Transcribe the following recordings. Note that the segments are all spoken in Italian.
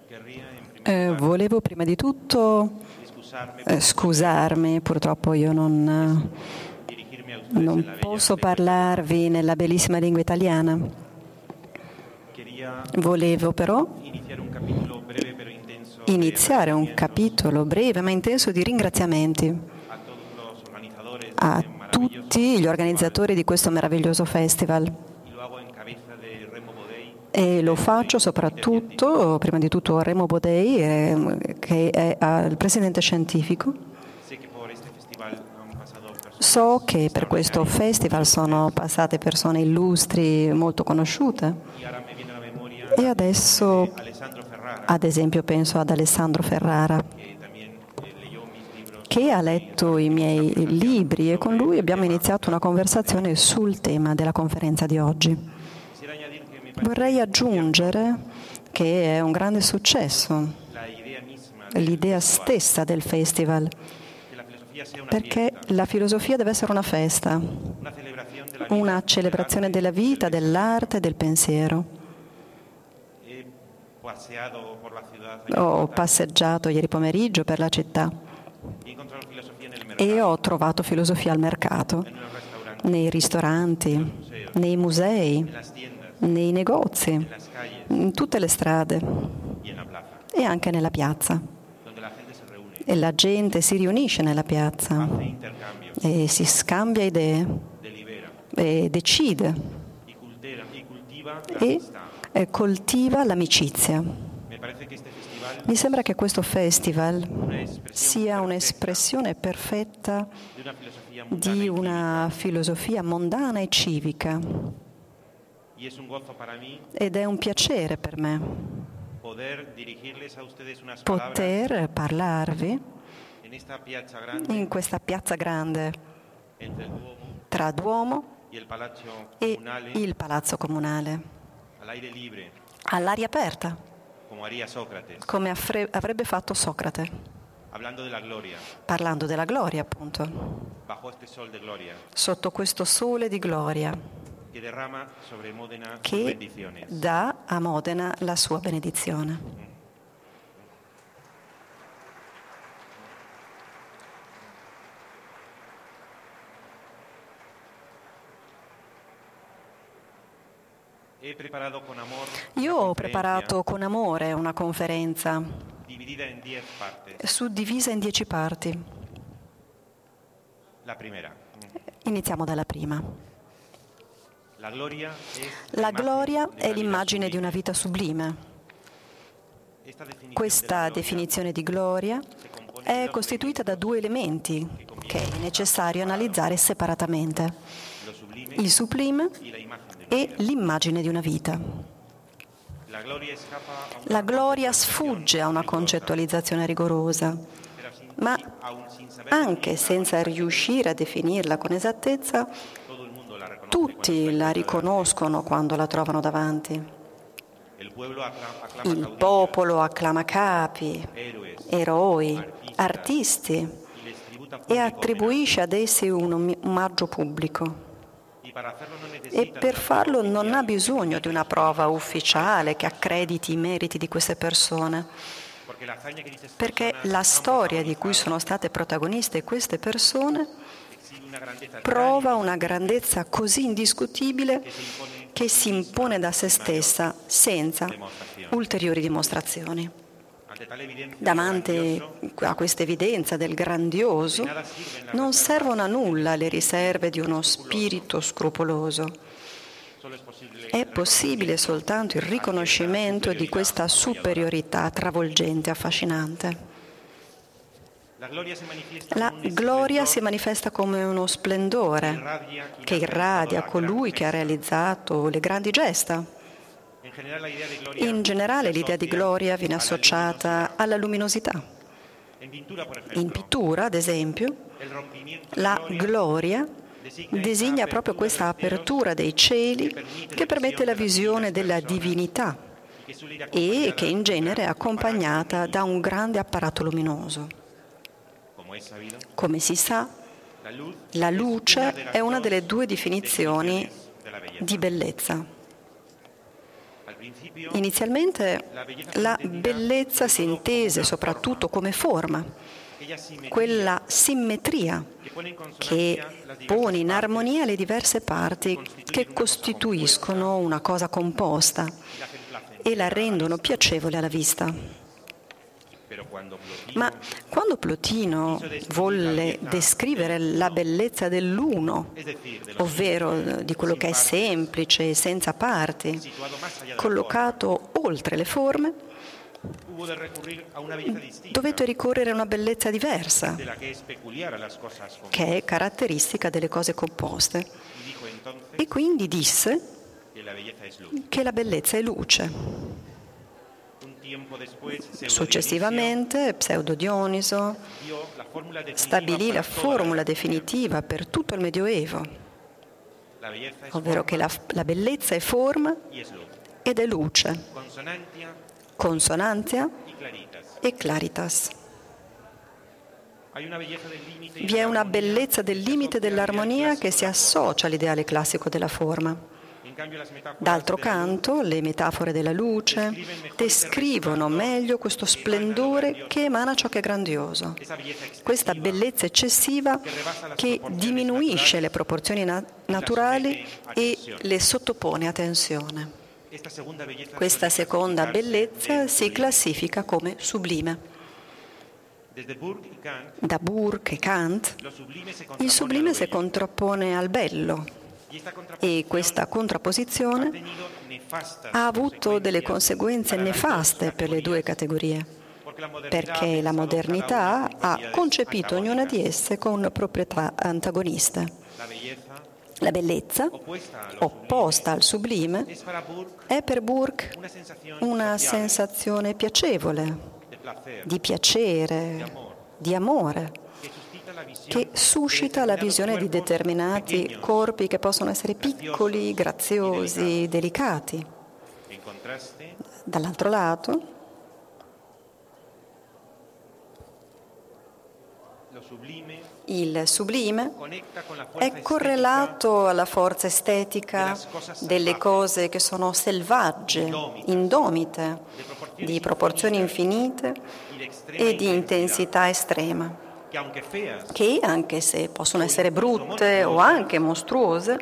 Volevo prima di tutto scusarmi, purtroppo io non posso parlarvi nella bellissima lingua italiana. Volevo però iniziare un capitolo breve ma intenso di ringraziamenti a tutti gli organizzatori di questo meraviglioso festival. E lo faccio soprattutto, prima di tutto, a Remo Bodei, che è il presidente scientifico. So che per questo festival sono passate persone illustri, molto conosciute. E adesso, ad esempio, penso ad Alessandro Ferrara, che ha letto i miei libri e con lui abbiamo iniziato una conversazione sul tema della conferenza di oggi. Vorrei aggiungere che è un grande successo l'idea stessa del festival, perché la filosofia deve essere una festa, una celebrazione della vita, dell'arte e del pensiero. Ho passeggiato ieri pomeriggio per la città e ho trovato filosofia al mercato, nei ristoranti, nei musei, nei negozi, in tutte le strade e anche nella piazza. E la gente si riunisce nella piazza e si scambia idee e decide e coltiva l'amicizia. Mi sembra che questo festival sia un'espressione perfetta di una filosofia mondana e civica. Ed è un piacere per me poter parlarvi in questa piazza grande tra Duomo e il Palazzo Comunale, all'aria aperta, come avrebbe fatto Socrate, parlando della gloria, appunto, sotto questo sole di gloria che dà a Modena la sua benedizione. Io ho preparato con amore una conferenza suddivisa in 10 parti. Iniziamo dalla prima. La gloria è l'immagine di una vita sublime. Questa definizione di gloria è costituita da 2 elementi che è necessario analizzare separatamente: il sublime e l'immagine di una vita. La gloria sfugge a una concettualizzazione rigorosa, ma anche senza riuscire a definirla con esattezza, tutti la riconoscono quando la trovano davanti. Il popolo acclama capi, eroi, artisti e attribuisce ad essi un omaggio pubblico. E per farlo non ha bisogno di una prova ufficiale che accrediti i meriti di queste persone, perché la storia di cui sono state protagoniste queste persone prova una grandezza così indiscutibile che si impone da se stessa senza ulteriori dimostrazioni. Davanti a questa evidenza del grandioso non servono a nulla le riserve di uno spirito scrupoloso. È possibile soltanto il riconoscimento di questa superiorità travolgente e affascinante. La gloria si manifesta come uno splendore che irradia colui che ha realizzato le grandi gesta. In generale l'idea di gloria viene associata alla luminosità. In pittura, ad esempio, la gloria designa proprio questa apertura dei cieli che permette la visione della divinità e che in genere è accompagnata da un grande apparato luminoso. Come si sa, la luce è una delle 2 definizioni di bellezza. Inizialmente la bellezza si intese soprattutto come forma, quella simmetria che pone in armonia le diverse parti che costituiscono una cosa composta e la rendono piacevole alla vista. Ma quando Plotino volle descrivere la bellezza dell'uno, ovvero di quello che è semplice e senza parti, collocato oltre le forme, dovette ricorrere a una bellezza diversa, che è caratteristica delle cose composte. E quindi disse che la bellezza è luce. Successivamente Pseudo Dioniso stabilì la formula definitiva per tutto il Medioevo, ovvero che la bellezza è forma ed è luce, consonantia e claritas. Vi è una bellezza del limite dell'armonia che si associa all'ideale classico della forma. D'altro canto, le metafore della luce descrivono meglio questo splendore che emana ciò che è grandioso, questa bellezza eccessiva che diminuisce le proporzioni naturali e le sottopone a tensione. Questa seconda bellezza si classifica come sublime. Da Burke e Kant, il sublime si contrappone al bello, e questa contrapposizione ha avuto delle conseguenze nefaste per le due categorie, perché la modernità ha concepito ognuna di esse con proprietà antagoniste. La bellezza, opposta al sublime, è per Burke una sensazione piacevole, di piacere, di amore, che suscita la visione di determinati corpi che possono essere piccoli, graziosi, delicati. Dall'altro lato, il sublime è correlato alla forza estetica delle cose che sono selvagge, indomite, di proporzioni infinite e di intensità estrema, che anche se possono essere brutte o anche mostruose,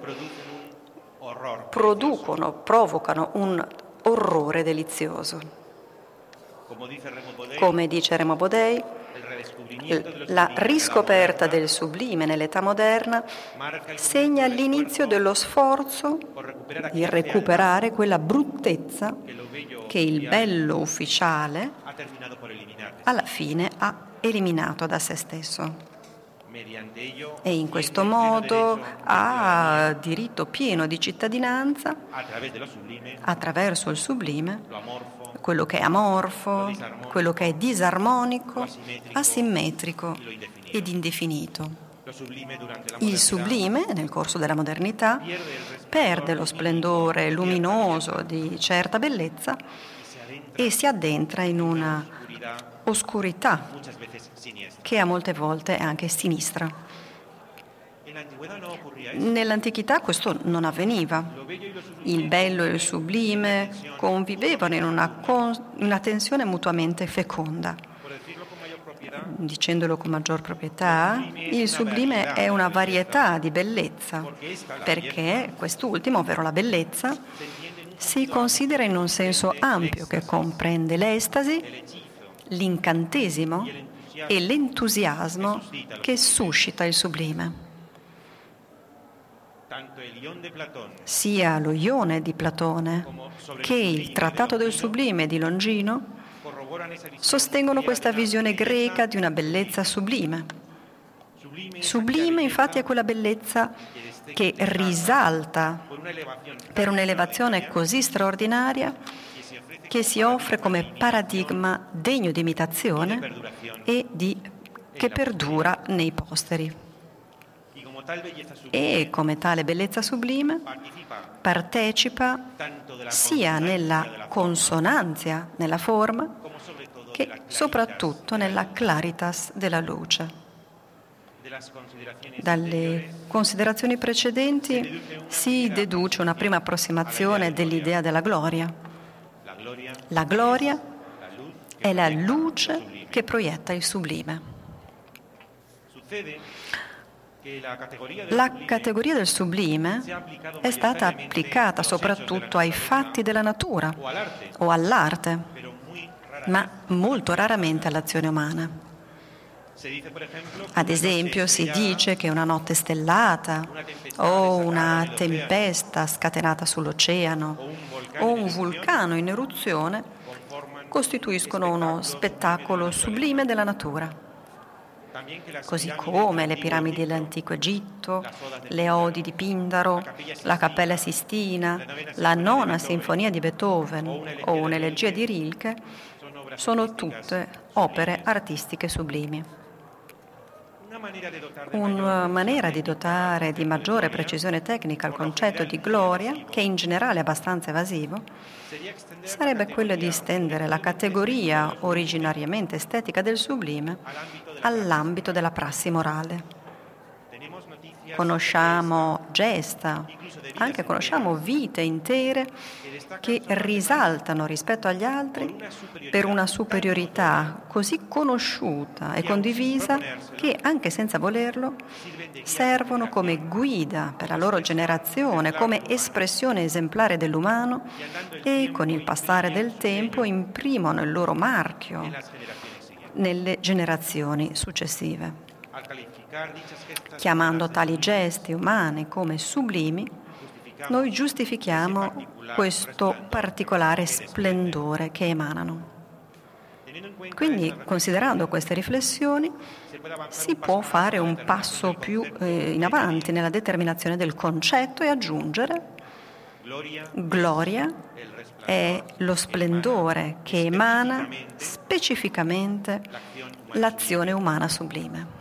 provocano un orrore delizioso. Come dice Remo Bodei, la riscoperta del sublime nell'età moderna segna l'inizio dello sforzo di recuperare quella bruttezza che il bello ufficiale alla fine ha eliminato da se stesso. E in questo modo ha diritto pieno di cittadinanza attraverso il sublime, quello che è amorfo, quello che è disarmonico, asimmetrico ed indefinito. Il sublime, nel corso della modernità, perde lo splendore luminoso di certa bellezza e si addentra in una oscurità che a molte volte è anche sinistra. Nell'antichità questo non avveniva. Il bello e il sublime convivevano in una tensione mutuamente feconda. Dicendolo con maggior proprietà, il sublime è una varietà di bellezza, perché quest'ultimo, ovvero la bellezza, si considera in un senso ampio che comprende l'estasi, l'incantesimo e l'entusiasmo che suscita il sublime. Sia lo Ione di Platone che il Trattato del Sublime di Longino sostengono questa visione greca di una bellezza sublime. Sublime, infatti, è quella bellezza che risalta per un'elevazione così straordinaria che si offre come paradigma degno di imitazione e che perdura nei posteri. E come tale bellezza sublime partecipa sia nella consonanzia, nella forma, che soprattutto nella claritas della luce. Dalle considerazioni precedenti si deduce una prima approssimazione dell'idea della gloria. La gloria è la luce che proietta il sublime. La categoria del sublime è stata applicata soprattutto ai fatti della natura o all'arte, ma molto raramente all'azione umana. Ad esempio, si dice che una notte stellata o una tempesta scatenata sull'oceano o un vulcano in eruzione costituiscono uno spettacolo sublime della natura. Così come le piramidi dell'antico Egitto, le odi di Pindaro, la Cappella Sistina, la nona sinfonia di Beethoven o un'elegia di Rilke sono tutte opere artistiche sublimi. Una maniera di dotare di maggiore precisione tecnica il concetto di gloria, che in generale è abbastanza evasivo, sarebbe quella di estendere la categoria originariamente estetica del sublime all'ambito della prassi morale. Conosciamo gesta, anche conosciamo vite intere che risaltano rispetto agli altri per una superiorità così conosciuta e condivisa che, anche senza volerlo, servono come guida per la loro generazione, come espressione esemplare dell'umano e con il passare del tempo imprimono il loro marchio nelle generazioni successive. Chiamando tali gesti umani come sublimi, noi giustifichiamo questo particolare splendore che emanano. Quindi, considerando queste riflessioni, si può fare un passo più in avanti nella determinazione del concetto e aggiungere: gloria è lo splendore che emana specificamente l'azione umana sublime.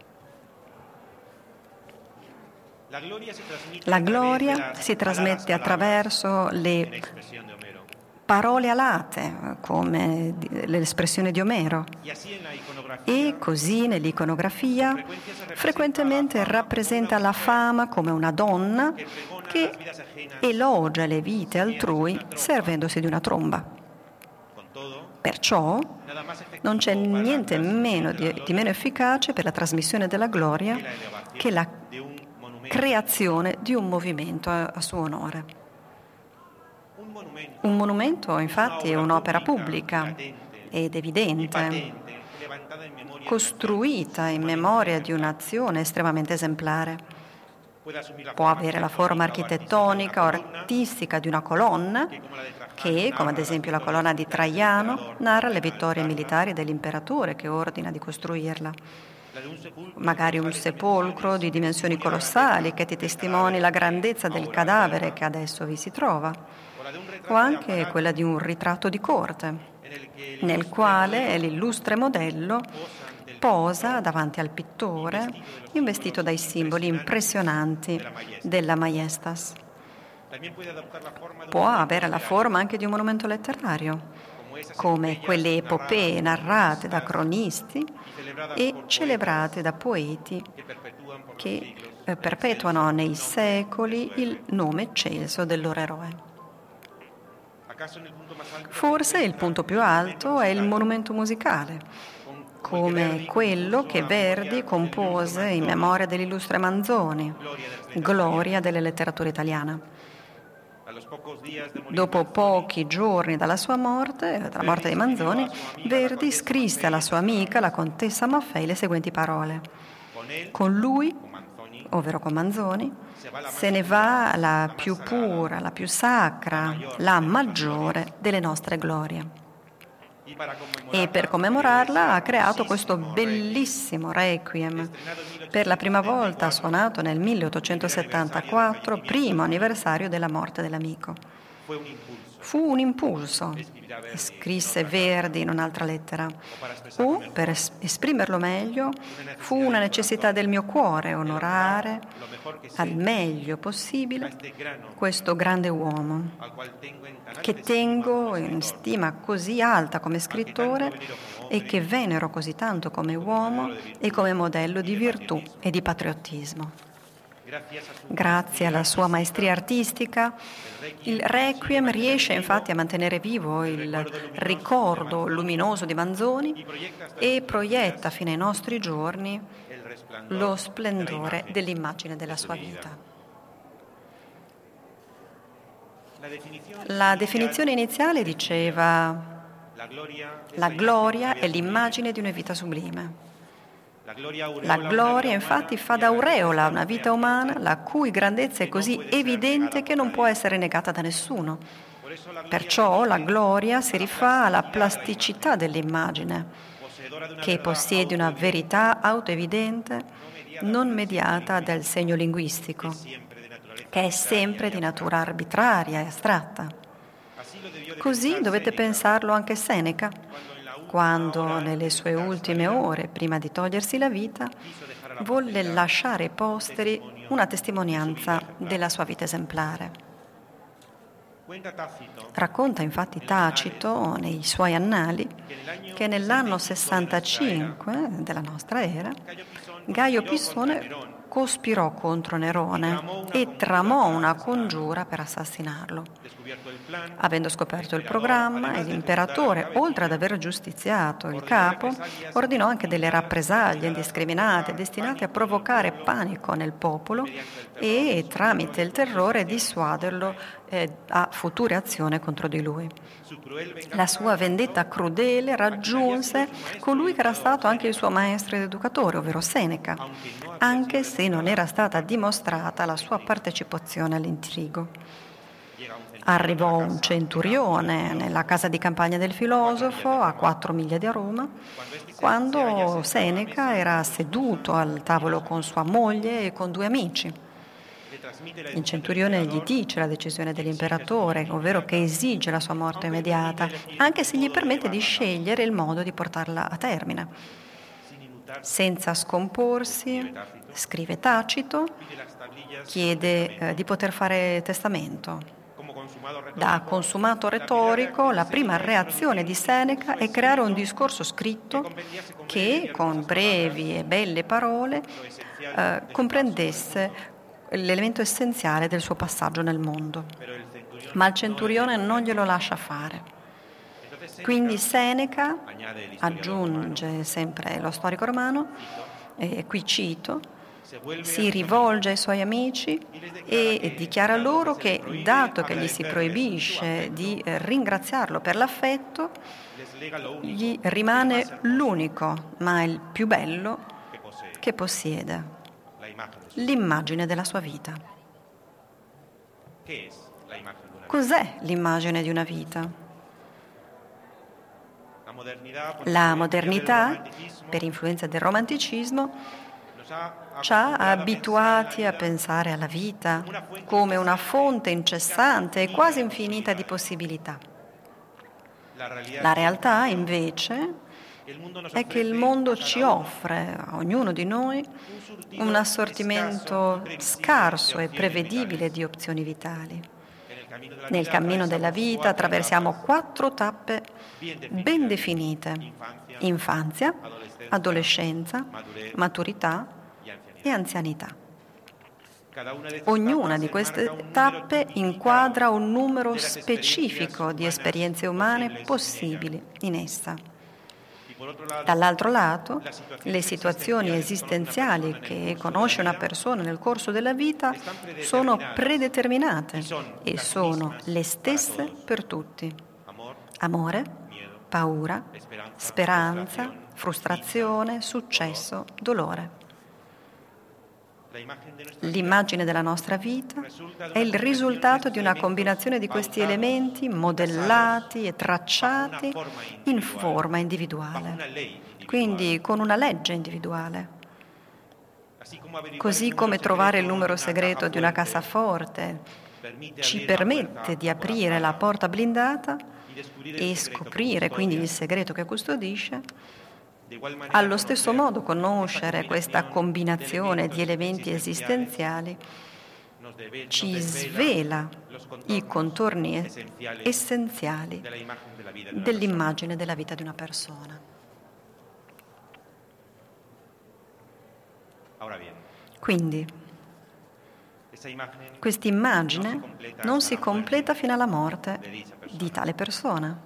La gloria si trasmette attraverso le parole alate, come l'espressione di Omero, e così nell'iconografia frequentemente rappresenta la fama come una donna che elogia le vite altrui servendosi di una tromba. Perciò non c'è niente di meno efficace per la trasmissione della gloria che la creazione di un movimento a suo onore. Un monumento, infatti, è un'opera pubblica ed evidente, costruita in memoria di un'azione estremamente esemplare. Può avere la forma architettonica o artistica di una colonna, che, come ad esempio la colonna di Traiano, narra le vittorie militari dell'imperatore che ordina di costruirla. Magari un sepolcro di dimensioni colossali che ti testimoni la grandezza del cadavere che adesso vi si trova, o anche quella di un ritratto di corte, nel quale l'illustre modello posa davanti al pittore investito dai simboli impressionanti della Majestas. Può avere la forma anche di un monumento letterario, come quelle epopee narrate da cronisti e celebrate da poeti che perpetuano nei secoli il nome eccelso del loro eroe. Forse il punto più alto è il monumento musicale, come quello che Verdi compose in memoria dell'illustre Manzoni, gloria della letteratura italiana. Dopo pochi giorni dalla sua morte, dalla morte di Manzoni, Verdi scrisse alla sua amica, la contessa Maffei, le seguenti parole: con lui, ovvero con Manzoni, se ne va la più pura, la più sacra, la maggiore delle nostre glorie. E per commemorarla ha creato questo bellissimo requiem, per la prima volta suonato nel 1874, primo anniversario della morte dell'amico. Fu un impulso, scrisse Verdi in un'altra lettera, o, per esprimerlo meglio, fu una necessità del mio cuore onorare al meglio possibile questo grande uomo, che tengo in stima così alta come scrittore e che venero così tanto come uomo e come modello di virtù e di patriottismo. Grazie alla sua maestria artistica, il Requiem riesce infatti a mantenere vivo il ricordo luminoso di Manzoni e proietta fino ai nostri giorni lo splendore dell'immagine della sua vita. La definizione iniziale diceva: la gloria è l'immagine di una vita sublime. La gloria infatti fa da aureola a una vita umana la cui grandezza è così evidente che non può essere negata da nessuno. Perciò la gloria si rifà alla plasticità dell'immagine, che possiede una verità autoevidente non mediata dal segno linguistico, che è sempre di natura arbitraria e astratta. Così dovete pensarlo anche Seneca, quando nelle sue ultime ore, prima di togliersi la vita, volle lasciare ai posteri una testimonianza della sua vita esemplare. Racconta infatti Tacito nei suoi annali che nell'anno 65 della nostra era Gaio Pissone cospirò contro Nerone e tramò una congiura per assassinarlo. Avendo scoperto il programma, l'imperatore, oltre ad aver giustiziato il capo, ordinò anche delle rappresaglie indiscriminate destinate a provocare panico nel popolo e, tramite il terrore, dissuaderlo a future azioni contro di lui. La sua vendetta crudele raggiunse colui che era stato anche il suo maestro ed educatore, ovvero Seneca, anche se non era stata dimostrata la sua partecipazione all'intrigo. Arrivò un centurione nella casa di campagna del filosofo, a 4 miglia da Roma, quando Seneca era seduto al tavolo con sua moglie e con 2 amici. Il centurione gli dice la decisione dell'imperatore, ovvero che esige la sua morte immediata, anche se gli permette di scegliere il modo di portarla a termine. Senza scomporsi, scrive Tacito, chiede di poter fare testamento. Da consumato retorico, la prima reazione di Seneca è creare un discorso scritto che, con brevi e belle parole, comprendesse l'elemento essenziale del suo passaggio nel mondo. Ma il centurione non glielo lascia fare. Quindi Seneca, aggiunge sempre lo storico romano, e qui cito, si rivolge ai suoi amici e dichiara loro che, dato che gli si proibisce di ringraziarlo per l'affetto, gli rimane l'unico, ma il più bello, che possiede: l'immagine della sua vita. Cos'è l'immagine di una vita? La modernità, per influenza del romanticismo, ci ha abituati a pensare alla vita come una fonte incessante e quasi infinita di possibilità. La realtà, invece, è che il mondo ci offre, a ognuno di noi, un assortimento scarso e prevedibile di opzioni vitali. Nel cammino della vita attraversiamo 4 tappe ben definite: infanzia, adolescenza, maturità e anzianità. Ognuna di queste tappe inquadra un numero specifico di esperienze umane possibili in essa. Dall'altro lato, le situazioni esistenziali che conosce una persona nel corso della vita sono predeterminate e sono le stesse per tutti. Amore, paura, speranza, frustrazione, successo, dolore. L'immagine della nostra vita è il risultato di una combinazione di questi elementi modellati e tracciati in forma individuale, quindi con una legge individuale. Così come trovare il numero segreto di una cassaforte ci permette di aprire la porta blindata e scoprire quindi il segreto che custodisce, allo stesso modo conoscere questa combinazione di elementi esistenziali ci svela i contorni essenziali dell'immagine della vita di una persona. Quindi, Questa immagine non si completa fino alla morte di tale persona.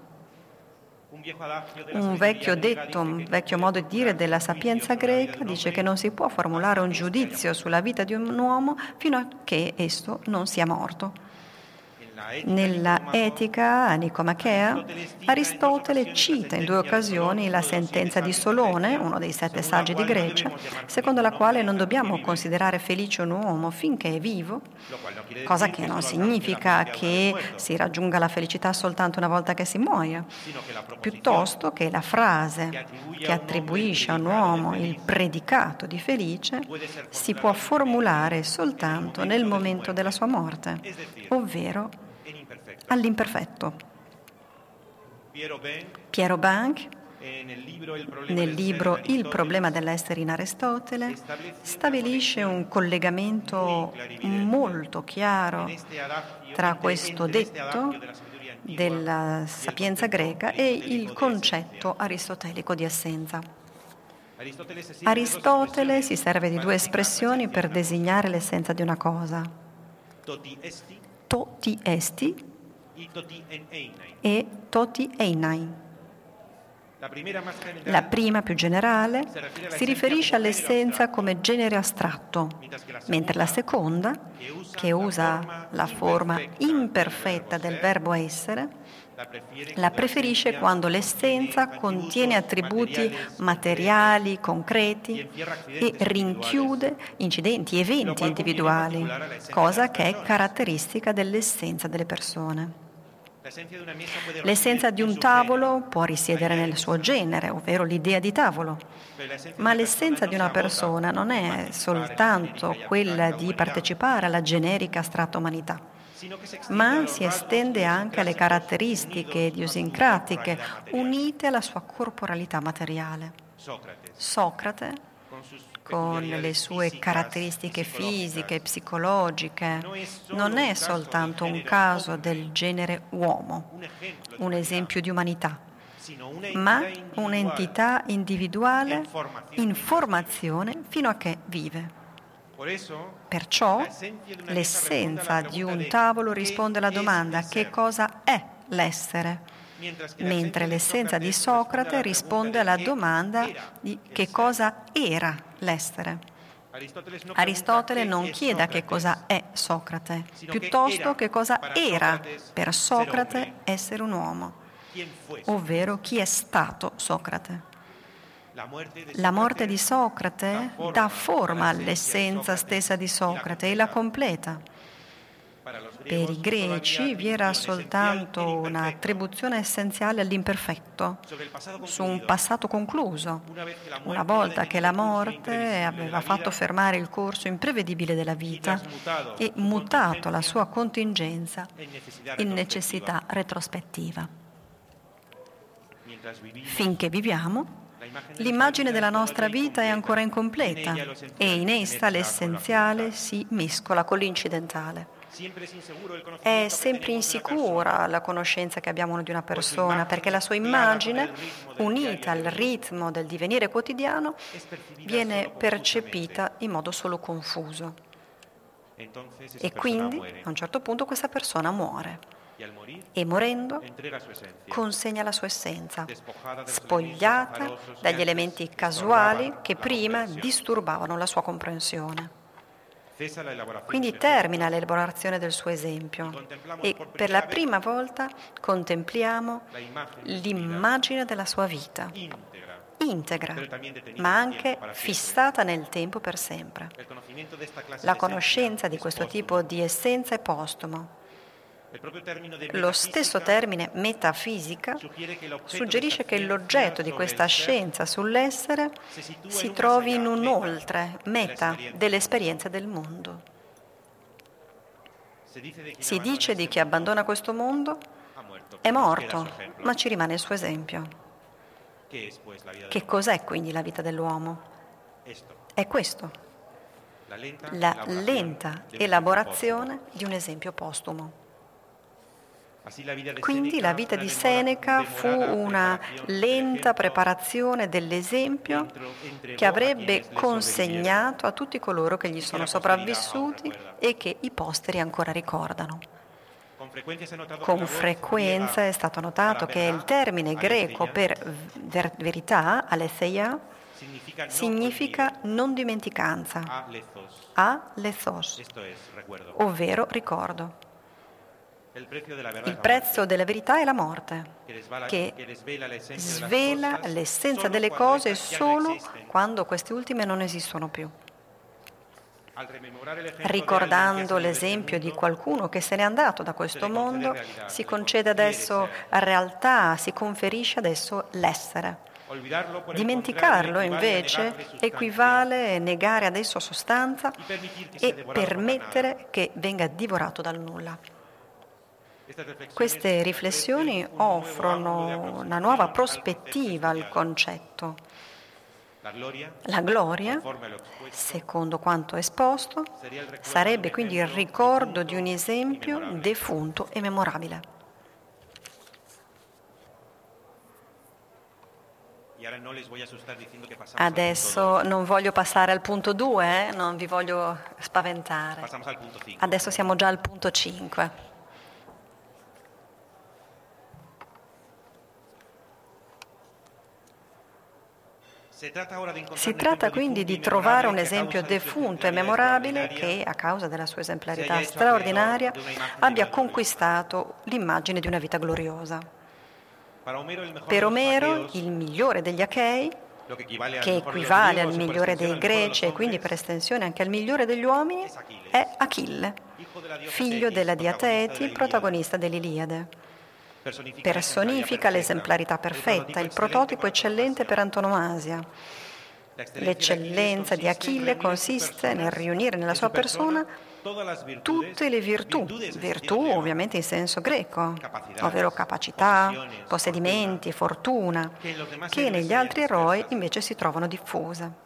Un vecchio detto, un vecchio modo di dire della sapienza greca dice che non si può formulare un giudizio sulla vita di un uomo fino a che esso non sia morto. Nella Etica Nicomachea, Aristotele cita in 2 occasioni la sentenza di Solone, uno dei 7 saggi di Grecia, secondo la quale non dobbiamo considerare felice un uomo finché è vivo, cosa che non significa che si raggiunga la felicità soltanto una volta che si muoia, piuttosto che la frase che attribuisce a un uomo il predicato di felice si può formulare soltanto nel momento della sua morte, ovvero all'imperfetto. Piero Bank, nel libro Il problema dell'essere in Aristotele, stabilisce un collegamento molto chiaro tra questo detto della sapienza greca e il concetto aristotelico di essenza. Aristotele si serve di 2 espressioni per designare l'essenza di una cosa: toti esti e toti einai. La prima, più generale, si riferisce all'essenza come genere astratto, mentre la seconda, che usa la forma imperfetta del verbo essere, la preferisce quando l'essenza contiene attributi materiali, concreti e rinchiude incidenti, eventi individuali, cosa che è caratteristica dell'essenza delle persone. L'essenza di un tavolo può risiedere nel suo genere, ovvero l'idea di tavolo, ma l'essenza di una persona non è soltanto quella di partecipare alla generica astratta umanità, ma si estende anche alle caratteristiche idiosincratiche unite alla sua corporalità materiale. Socrate, con le sue caratteristiche fisiche e psicologiche, non è soltanto un caso del genere uomo, un esempio di umanità, ma un'entità individuale in formazione fino a che vive. Perciò l'essenza di un tavolo risponde alla domanda: che cosa è l'essere? Mentre l'essenza di Socrate risponde alla domanda di che cosa era l'essere. Aristotele non chiede che cosa è Socrate, piuttosto che cosa era per Socrate essere un uomo, ovvero chi è stato Socrate. La morte di Socrate dà forma all'essenza stessa di Socrate e la completa. Per i greci vi era soltanto un'attribuzione essenziale all'imperfetto, su un passato concluso, una volta che la morte aveva fatto fermare il corso imprevedibile della vita e mutato la sua contingenza in necessità retrospettiva. Finché viviamo, l'immagine della nostra vita è ancora incompleta e in essa l'essenziale si mescola con l'incidentale. È sempre insicura la conoscenza che abbiamo di una persona, perché la sua immagine, unita al ritmo del divenire quotidiano, viene percepita in modo solo confuso. E quindi, a un certo punto, questa persona muore. E morendo consegna la sua essenza, spogliata dagli elementi casuali che prima disturbavano la sua comprensione. Quindi termina l'elaborazione del suo esempio e per la prima volta contempliamo l'immagine della sua vita, integra, ma anche fissata nel tempo per sempre. La conoscenza di questo tipo di essenza è postumo. Lo stesso termine metafisica suggerisce che l'oggetto di questa scienza sull'essere si trovi in un oltre, meta, dell'esperienza del mondo. Si dice di chi abbandona questo mondo è morto, ma ci rimane il suo esempio. Che cos'è quindi la vita dell'uomo? È questo, la lenta elaborazione di un esempio postumo. Quindi la vita di Seneca fu una lenta preparazione dell'esempio che avrebbe consegnato a tutti coloro che gli sono sopravvissuti e che i posteri ancora ricordano. Con frequenza è stato notato che il termine greco per verità, aletheia, significa non dimenticanza, alethos, ovvero ricordo. Il prezzo della verità è la morte, che svela l'essenza delle cose solo quando queste ultime non esistono più. Ricordando l'esempio di qualcuno che se n'è andato da questo mondo, si concede adesso realtà, si conferisce adesso l'essere. Dimenticarlo invece equivale a negare adesso sostanza e permettere che venga divorato dal nulla. Queste riflessioni offrono una nuova prospettiva al concetto. La gloria, secondo quanto esposto, sarebbe quindi il ricordo di un esempio defunto e memorabile. Adesso non voglio passare al punto 2, non vi voglio spaventare. Adesso siamo già al punto 5. Si tratta quindi di trovare un esempio defunto e memorabile che, a causa della sua esemplarità straordinaria, abbia conquistato l'immagine di una vita gloriosa. Per Omero, il migliore degli Achei, che equivale al migliore dei Greci e quindi per estensione anche al migliore degli uomini, è Achille, figlio della Diateti, protagonista dell'Iliade. Personifica l'esemplarità perfetta, il prototipo eccellente per antonomasia. L'eccellenza di Achille consiste nel riunire nella sua persona tutte le virtù ovviamente in senso greco, ovvero capacità, possedimenti, fortuna, che negli altri eroi invece si trovano diffuse.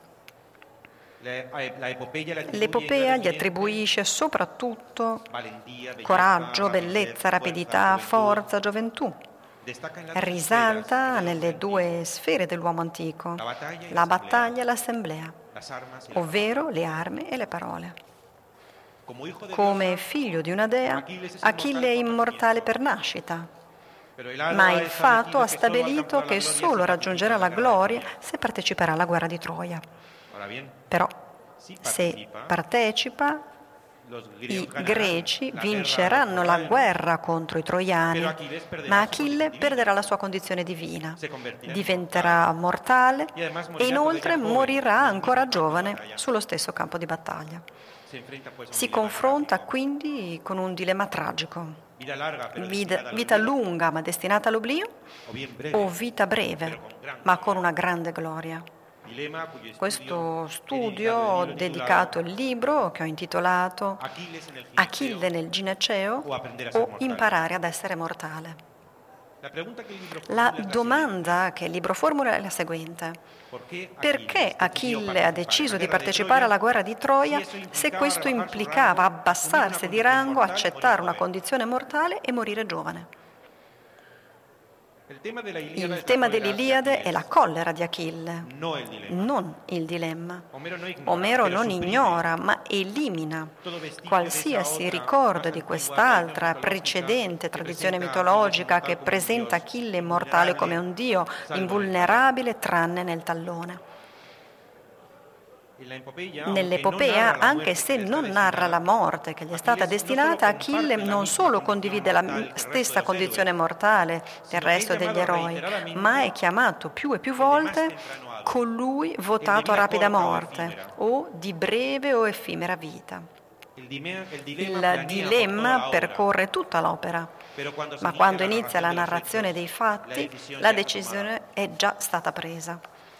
L'epopea gli attribuisce soprattutto coraggio, bellezza, rapidità, forza, gioventù. Risalta nelle due sfere dell'uomo antico, la battaglia e l'assemblea, ovvero le armi e le parole. Come figlio di una dea, Achille è immortale per nascita, ma il fatto ha stabilito che solo raggiungerà la gloria se parteciperà alla guerra di Troia. Però, se partecipa, i greci vinceranno la guerra contro i troiani, ma Achille perderà la sua condizione divina, diventerà mortale e inoltre morirà ancora giovane sullo stesso campo di battaglia. Si confronta quindi con un dilemma tragico: vita lunga ma destinata all'oblio o vita breve ma con una grande gloria. Questo studio ho dedicato il libro che ho intitolato Achille nel gineceo o imparare ad essere mortale. La domanda che il libro formula è la seguente: perché Achille ha deciso di partecipare alla guerra di Troia se questo implicava abbassarsi di rango, accettare una condizione mortale e morire giovane? Il tema dell'Iliade è la collera di Achille, non il dilemma. Omero non ignora, ma elimina qualsiasi ricordo di quest'altra precedente tradizione mitologica che presenta Achille immortale come un dio, invulnerabile tranne nel tallone. Nell'epopea, anche se non narra la morte che gli è stata destinata, Achille non solo condivide la stessa condizione mortale del resto degli eroi, ma è chiamato più e più volte colui votato a rapida morte o di breve o effimera vita. Il dilemma percorre tutta l'opera, ma quando inizia la narrazione dei fatti, la decisione è già stata presa.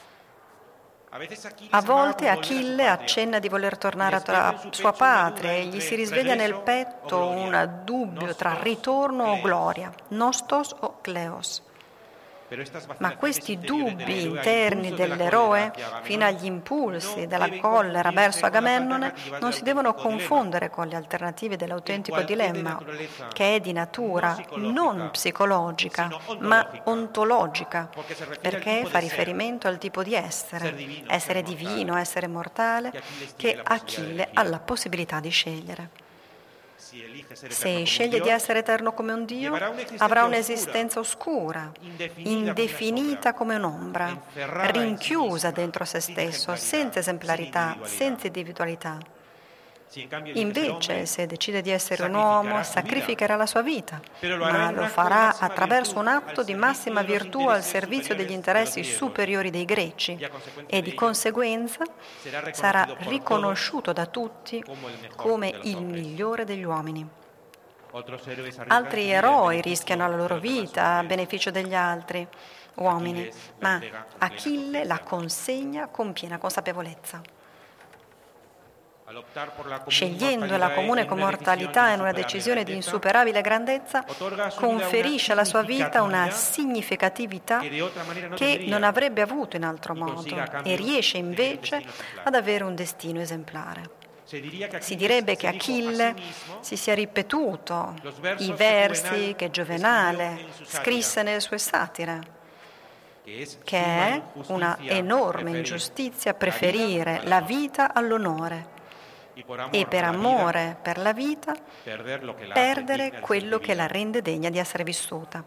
A volte Achille accenna di voler tornare a sua patria e gli si risveglia nel petto un dubbio tra ritorno o gloria, nostos o kleos. Ma questi dubbi interni dell'eroe, fino agli impulsi della collera verso Agamennone, non si devono confondere con le alternative dell'autentico dilemma, che è di natura non psicologica, ma ontologica, perché fa riferimento al tipo di essere divino, essere mortale, che Achille ha la possibilità di scegliere. Se sceglie di essere eterno come un Dio, avrà un'esistenza oscura, indefinita come un'ombra, rinchiusa dentro se stesso, senza esemplarità, senza individualità. Invece, se decide di essere un uomo, sacrificherà la sua vita, ma lo farà attraverso un atto di massima virtù al servizio degli interessi superiori dei greci e di conseguenza sarà riconosciuto da tutti come il migliore degli uomini. Altri eroi rischiano la loro vita a beneficio degli altri uomini, ma Achille la consegna con piena consapevolezza. Scegliendo la comune mortalità in una decisione di insuperabile grandezza, conferisce alla sua vita una significatività che non avrebbe avuto in altro modo e riesce invece ad avere un destino esemplare. Si direbbe che Achille si sia ripetuto i versi che Giovenale scrisse nelle sue satire, che è una enorme ingiustizia preferire la vita all'onore e per amore per la vita perdere quello che la rende degna di essere vissuta.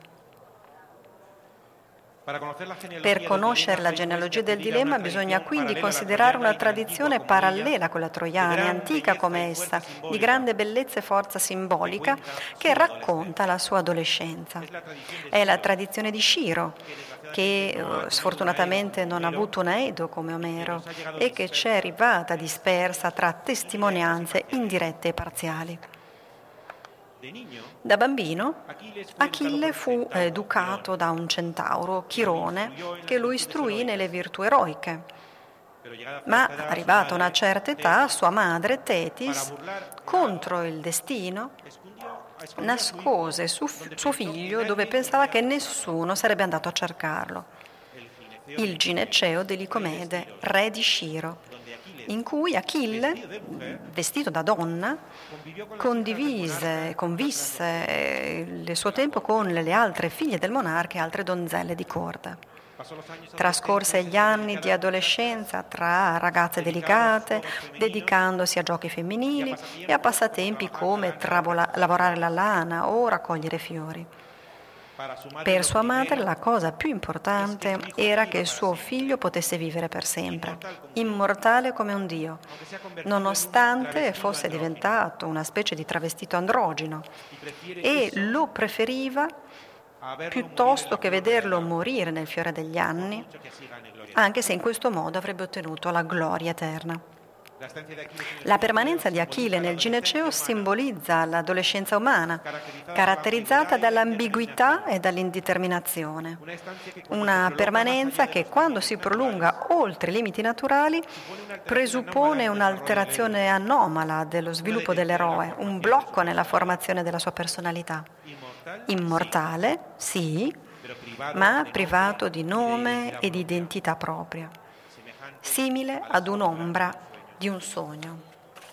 Per conoscere la genealogia del dilemma bisogna quindi considerare una tradizione parallela a quella troiana, antica come essa, di grande bellezza e forza simbolica, che racconta la sua adolescenza. È la tradizione di Sciro, che sfortunatamente non ha avuto un Edo come Omero e che ci è arrivata dispersa tra testimonianze indirette e parziali. Da bambino, Achille fu educato da un centauro, Chirone, che lo istruì nelle virtù eroiche. Ma, arrivata a una certa età, sua madre, Tetis, contro il destino, nascose suo figlio dove pensava che nessuno sarebbe andato a cercarlo, il Gineceo di Licomede, re di Sciro, in cui Achille, vestito da donna, convisse il suo tempo con le altre figlie del monarca e altre donzelle di corte. Trascorse gli anni di adolescenza tra ragazze delicate, dedicandosi a giochi femminili e a passatempi come lavorare la lana o raccogliere fiori. Per sua madre la cosa più importante era che suo figlio potesse vivere per sempre, immortale come un dio, nonostante fosse diventato una specie di travestito androgino, e lo preferiva piuttosto che vederlo morire nel fiore degli anni, anche se in questo modo avrebbe ottenuto la gloria eterna. La permanenza di Achille nel Gineceo simbolizza l'adolescenza umana, caratterizzata dall'ambiguità e dall'indeterminazione. Una permanenza che, quando si prolunga oltre i limiti naturali, presuppone un'alterazione anomala dello sviluppo dell'eroe, un blocco nella formazione della sua personalità. Immortale, sì, ma privato di nome e di identità propria, simile ad un'ombra di un sogno.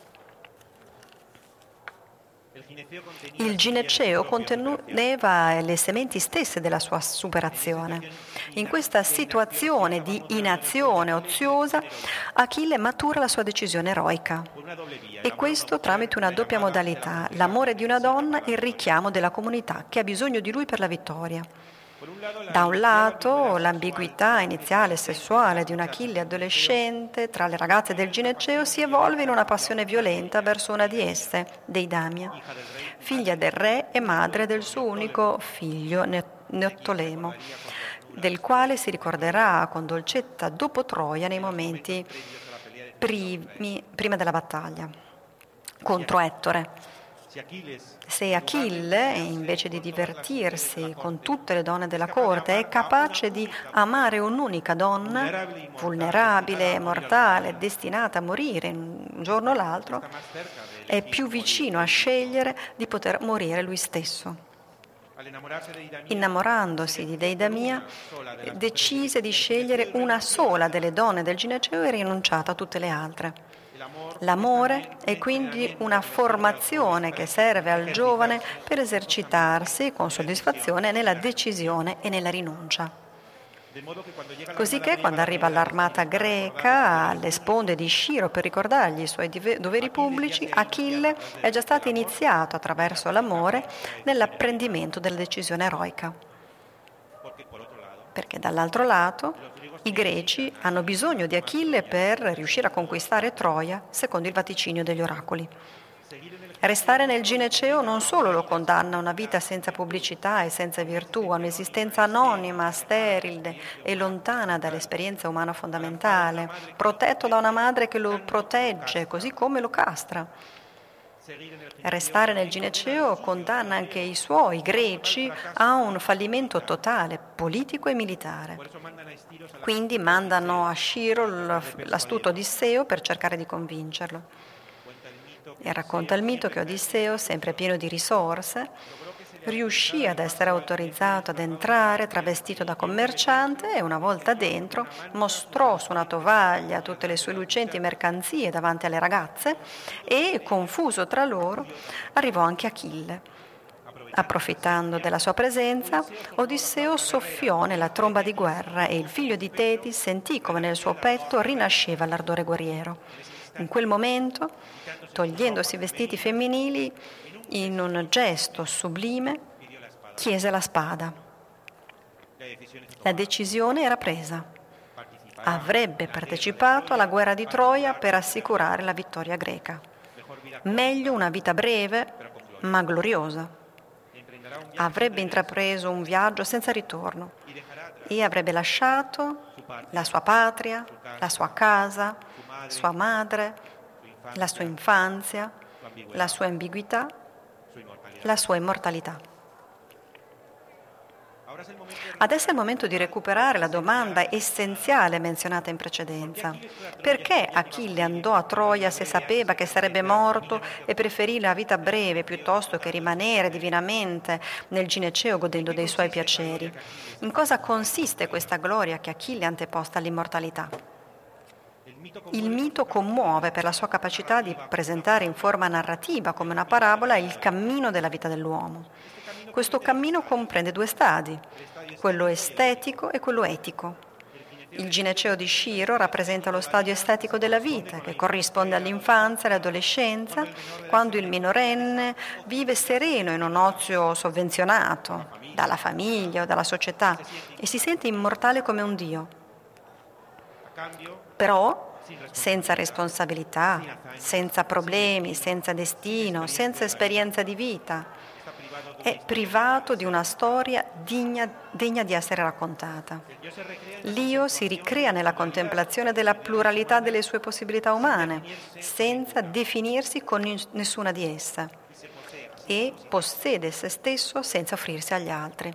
Il Gineceo conteneva le sementi stesse della sua superazione. In questa situazione di inazione oziosa, Achille matura la sua decisione eroica. E questo tramite una doppia modalità, l'amore di una donna e il richiamo della comunità che ha bisogno di lui per la vittoria. Da un lato, l'ambiguità iniziale sessuale di un Achille adolescente tra le ragazze del Gineceo si evolve in una passione violenta verso una di esse, Deidamia, figlia del re e madre del suo unico figlio, Neottolemo, del quale si ricorderà con dolcezza dopo Troia nei momenti prima della battaglia contro Ettore. Se Achille, invece di divertirsi con tutte le donne della corte, è capace di amare un'unica donna, vulnerabile, mortale, destinata a morire un giorno o l'altro, è più vicino a scegliere di poter morire lui stesso. Innamorandosi di Deidamia, decise di scegliere una sola delle donne del gineceo e rinunciata a tutte le altre. L'amore è quindi una formazione che serve al giovane per esercitarsi con soddisfazione nella decisione e nella rinuncia. Cosicché quando arriva l'armata greca alle sponde di Sciro per ricordargli i suoi doveri pubblici, Achille è già stato iniziato attraverso l'amore nell'apprendimento della decisione eroica. Perché dall'altro lato i greci hanno bisogno di Achille per riuscire a conquistare Troia secondo il vaticinio degli oracoli. Restare nel gineceo non solo lo condanna a una vita senza pubblicità e senza virtù, a un'esistenza anonima, sterile e lontana dall'esperienza umana fondamentale, protetto da una madre che lo protegge, così come lo castra. Restare nel gineceo condanna anche i suoi greci a un fallimento totale, politico e militare. Quindi mandano a Sciro l'astuto Odisseo per cercare di convincerlo. E racconta il mito che Odisseo, sempre pieno di risorse, riuscì ad essere autorizzato ad entrare travestito da commerciante e una volta dentro mostrò su una tovaglia tutte le sue lucenti mercanzie davanti alle ragazze e, confuso tra loro, arrivò anche Achille. Approfittando della sua presenza, Odisseo soffiò nella tromba di guerra e il figlio di Teti sentì come nel suo petto rinasceva l'ardore guerriero. In quel momento, togliendosi i vestiti femminili, in un gesto sublime, chiese la spada. La decisione era presa. Avrebbe partecipato alla guerra di Troia per assicurare la vittoria greca. Meglio una vita breve, ma gloriosa. Avrebbe intrapreso un viaggio senza ritorno e avrebbe lasciato la sua patria, la sua casa, sua madre, la sua infanzia, la sua ambiguità, la sua immortalità. Adesso è il momento di recuperare la domanda essenziale menzionata in precedenza. Perché Achille andò a Troia se sapeva che sarebbe morto e preferì la vita breve piuttosto che rimanere divinamente nel gineceo godendo dei suoi piaceri? In cosa consiste questa gloria che Achille ha anteposta all'immortalità? Il mito commuove per la sua capacità di presentare in forma narrativa, come una parabola, il cammino della vita dell'uomo. Questo cammino comprende due stadi, quello estetico e quello etico. Il gineceo di Sciro rappresenta lo stadio estetico della vita, che corrisponde all'infanzia e all'adolescenza, quando il minorenne vive sereno in un ozio sovvenzionato dalla famiglia o dalla società e si sente immortale come un dio. Però senza responsabilità, senza problemi, senza destino, senza esperienza di vita, è privato di una storia degna di essere raccontata. L'io si ricrea nella contemplazione della pluralità delle sue possibilità umane, senza definirsi con nessuna di esse, e possiede se stesso senza offrirsi agli altri.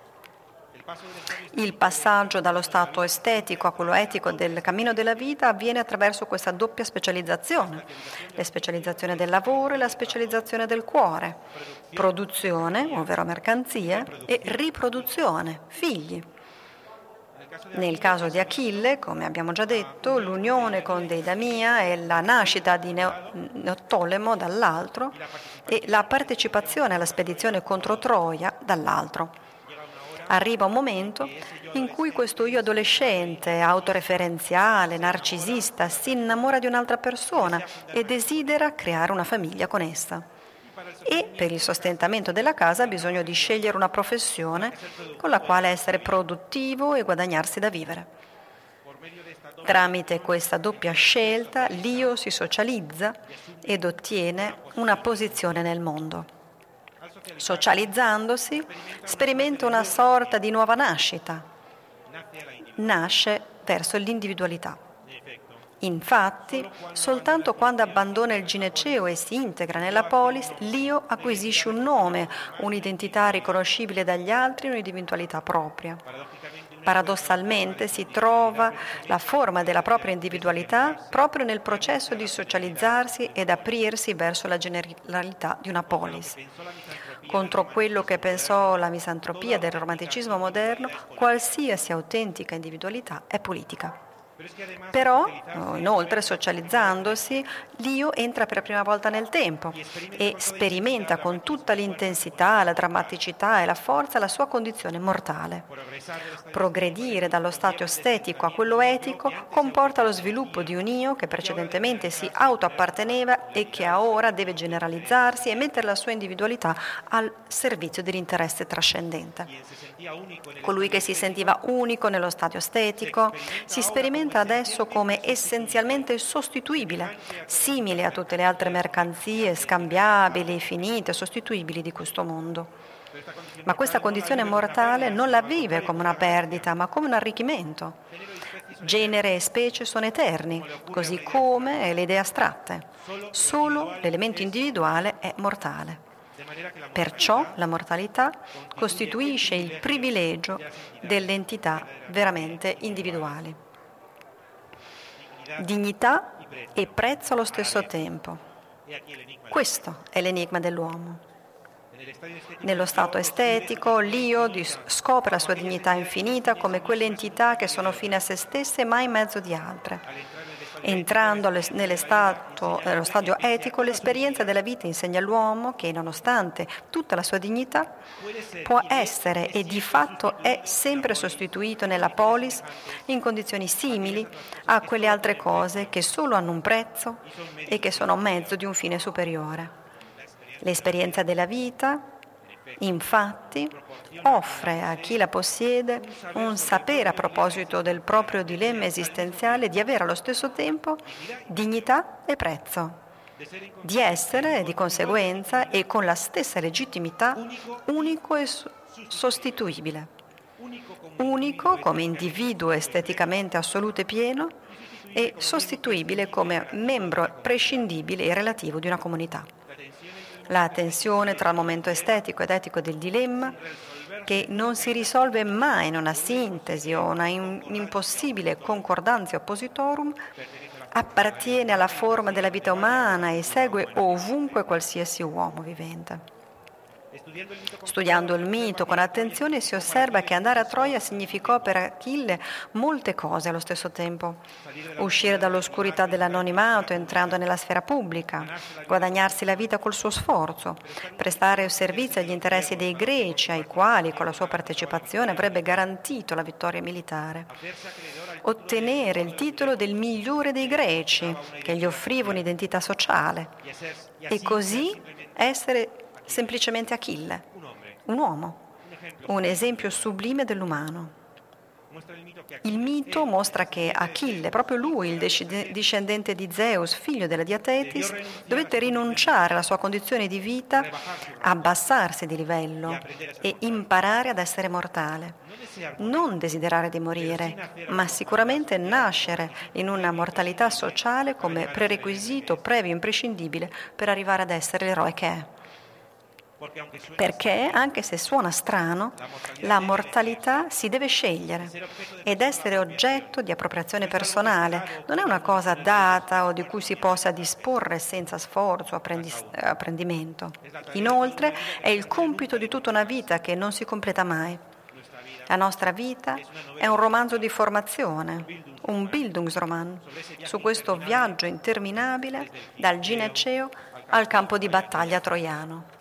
Il passaggio dallo stato estetico a quello etico del cammino della vita avviene attraverso questa doppia specializzazione, la specializzazione del lavoro e la specializzazione del cuore, produzione, ovvero mercanzie, e riproduzione, figli. Nel caso di Achille, come abbiamo già detto, l'unione con Deidamia e la nascita di Neottolemo dall'altro e la partecipazione alla spedizione contro Troia dall'altro. Arriva un momento in cui questo io adolescente, autoreferenziale, narcisista, si innamora di un'altra persona e desidera creare una famiglia con essa. E per il sostentamento della casa ha bisogno di scegliere una professione con la quale essere produttivo e guadagnarsi da vivere. Tramite questa doppia scelta, l'io si socializza ed ottiene una posizione nel mondo. Socializzandosi, sperimenta una sorta di nuova nascita. Nasce verso l'individualità. Infatti, soltanto quando abbandona il gineceo e si integra nella polis, l'io acquisisce un nome, un'identità riconoscibile dagli altri e un'individualità propria. Paradossalmente si trova la forma della propria individualità proprio nel processo di socializzarsi ed aprirsi verso la generalità di una polis. Contro quello che pensò la misantropia del romanticismo moderno, qualsiasi autentica individualità è politica. Però, inoltre, socializzandosi, l'io entra per la prima volta nel tempo e sperimenta con tutta l'intensità, la drammaticità e la forza la sua condizione mortale. Progredire dallo stato estetico a quello etico comporta lo sviluppo di un io che precedentemente si autoapparteneva e che ora deve generalizzarsi e mettere la sua individualità al servizio dell'interesse trascendente. Colui che si sentiva unico nello stato estetico si sperimenta adesso come essenzialmente sostituibile, simile a tutte le altre mercanzie scambiabili, finite, sostituibili di questo mondo. Ma questa condizione mortale non la vive come una perdita, ma come un arricchimento. Genere e specie sono eterni, così come le idee astratte. Solo l'elemento individuale è mortale. Perciò la mortalità costituisce il privilegio delle entità veramente individuali. Dignità e prezzo allo stesso tempo. Questo è l'enigma dell'uomo. Nello stato estetico, l'io scopre la sua dignità infinita come quelle entità che sono fine a se stesse mai in mezzo di altre. Entrando nello stadio etico, l'esperienza della vita insegna all'uomo che, nonostante tutta la sua dignità, può essere e di fatto è sempre sostituito nella polis in condizioni simili a quelle altre cose che solo hanno un prezzo e che sono mezzo di un fine superiore. L'esperienza della vita, infatti, offre a chi la possiede un sapere a proposito del proprio dilemma esistenziale di avere allo stesso tempo dignità e prezzo, di essere di conseguenza e con la stessa legittimità unico e sostituibile, unico come individuo esteticamente assoluto e pieno e sostituibile come membro prescindibile e relativo di una comunità. La tensione tra il momento estetico ed etico del dilemma, che non si risolve mai in una sintesi o una impossibile concordanza oppositorum, appartiene alla forma della vita umana e segue ovunque qualsiasi uomo vivente. Studiando il mito con attenzione si osserva che andare a Troia significò per Achille molte cose allo stesso tempo. Uscire dall'oscurità dell'anonimato entrando nella sfera pubblica, guadagnarsi la vita col suo sforzo, prestare servizio agli interessi dei greci ai quali con la sua partecipazione avrebbe garantito la vittoria militare, ottenere il titolo del migliore dei greci che gli offriva un'identità sociale e così essere semplicemente Achille, un uomo, un esempio sublime dell'umano. Il mito mostra che Achille, proprio lui, il discendente di Zeus, figlio della Diatetis, dovette rinunciare alla sua condizione di vita, abbassarsi di livello e imparare ad essere mortale. Non desiderare di morire, ma sicuramente nascere in una mortalità sociale come prerequisito previo imprescindibile per arrivare ad essere l'eroe che è. Perché, anche se suona strano, la mortalità si deve scegliere ed essere oggetto di appropriazione personale. Non è una cosa data o di cui si possa disporre senza sforzo o apprendimento. Inoltre, è il compito di tutta una vita che non si completa mai. La nostra vita è un romanzo di formazione, un Bildungsroman, su questo viaggio interminabile dal gineceo al campo di battaglia troiano.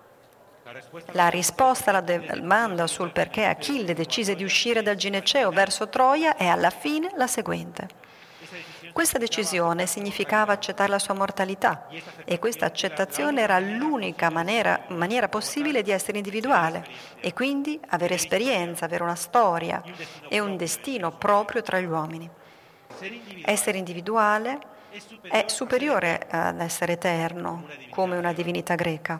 La risposta alla domanda sul perché Achille decise di uscire dal gineceo verso Troia è alla fine la seguente. Questa decisione significava accettare la sua mortalità e questa accettazione era l'unica maniera possibile di essere individuale e quindi avere esperienza, avere una storia e un destino proprio tra gli uomini. Essere individuale è superiore ad essere eterno, come una divinità greca.